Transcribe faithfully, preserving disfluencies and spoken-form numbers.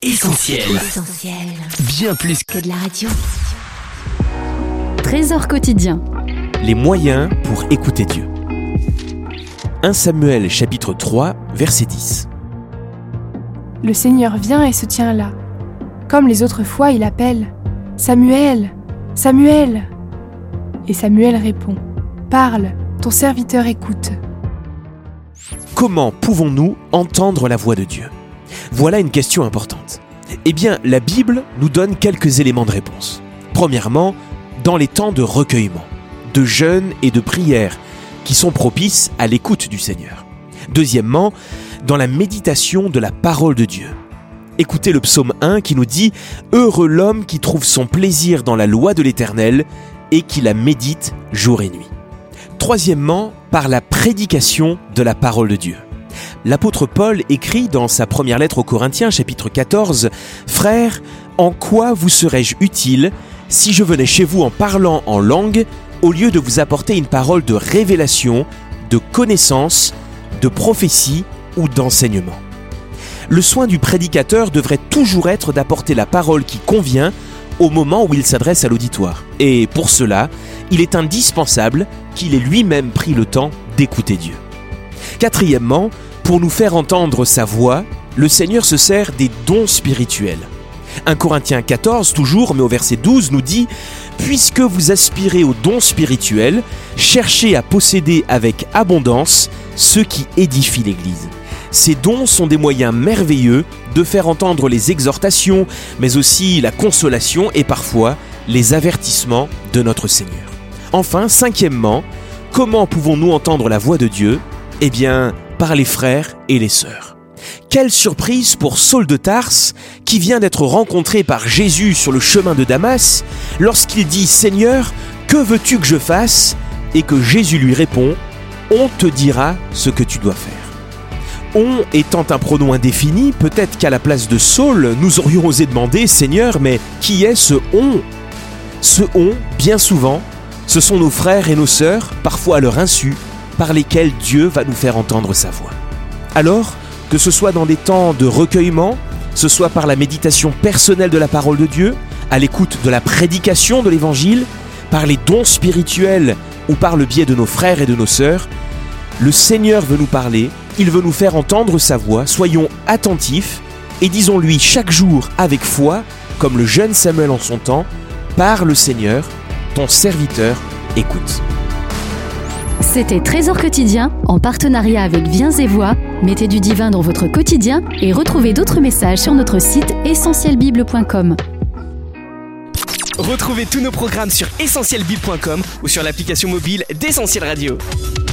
Essentiel. Essentiel. Bien plus que de la radio. Trésor quotidien. Les moyens pour écouter Dieu. premier Samuel chapitre trois, verset dix. Le Seigneur vient et se tient là. Comme les autres fois, il appelle « Samuel, Samuel !» Et Samuel répond « Parle, ton serviteur écoute. » Comment pouvons-nous entendre la voix de Dieu ? Voilà une question importante. Eh bien, la Bible nous donne quelques éléments de réponse. Premièrement, dans les temps de recueillement, de jeûne et de prière qui sont propices à l'écoute du Seigneur. Deuxièmement, dans la méditation de la parole de Dieu. Écoutez le psaume un qui nous dit « Heureux l'homme qui trouve son plaisir dans la loi de l'Éternel et qui la médite jour et nuit. » Troisièmement, par la prédication de la parole de Dieu. L'apôtre Paul écrit dans sa première lettre aux Corinthiens, chapitre quatorze, « Frères, en quoi vous serais-je utile si je venais chez vous en parlant en langue, au lieu de vous apporter une parole de révélation, de connaissance, de prophétie ou d'enseignement ?» Le soin du prédicateur devrait toujours être d'apporter la parole qui convient au moment où il s'adresse à l'auditoire. Et pour cela, il est indispensable qu'il ait lui-même pris le temps d'écouter Dieu. Quatrièmement, pour nous faire entendre sa voix, le Seigneur se sert des dons spirituels. premier Corinthiens quatorze, toujours, mais au verset douze, nous dit « Puisque vous aspirez aux dons spirituels, cherchez à posséder avec abondance ceux qui édifient l'Église. » Ces dons sont des moyens merveilleux de faire entendre les exhortations, mais aussi la consolation et parfois les avertissements de notre Seigneur. Enfin, cinquièmement, comment pouvons-nous entendre la voix de Dieu ? Eh bien, par les frères et les sœurs. Quelle surprise pour Saul de Tarse, qui vient d'être rencontré par Jésus sur le chemin de Damas, lorsqu'il dit « Seigneur, que veux-tu que je fasse ?» et que Jésus lui répond « On te dira ce que tu dois faire. » On étant un pronom indéfini, peut-être qu'à la place de Saul, nous aurions osé demander « Seigneur, mais qui est ce on ?» Ce on, bien souvent, ce sont nos frères et nos sœurs, parfois à leur insu, par lesquels Dieu va nous faire entendre sa voix. Alors, que ce soit dans des temps de recueillement, ce soit par la méditation personnelle de la parole de Dieu, à l'écoute de la prédication de l'Évangile, par les dons spirituels ou par le biais de nos frères et de nos sœurs, le Seigneur veut nous parler, il veut nous faire entendre sa voix, soyons attentifs et disons-lui chaque jour avec foi, comme le jeune Samuel en son temps, « Parle Seigneur, ton serviteur écoute. » C'était Trésor quotidien en partenariat avec Viens et Voix. Mettez du divin dans votre quotidien et retrouvez d'autres messages sur notre site essentiel bible point com. Retrouvez tous nos programmes sur essentiel bible point com ou sur l'application mobile d'Essentiel Radio.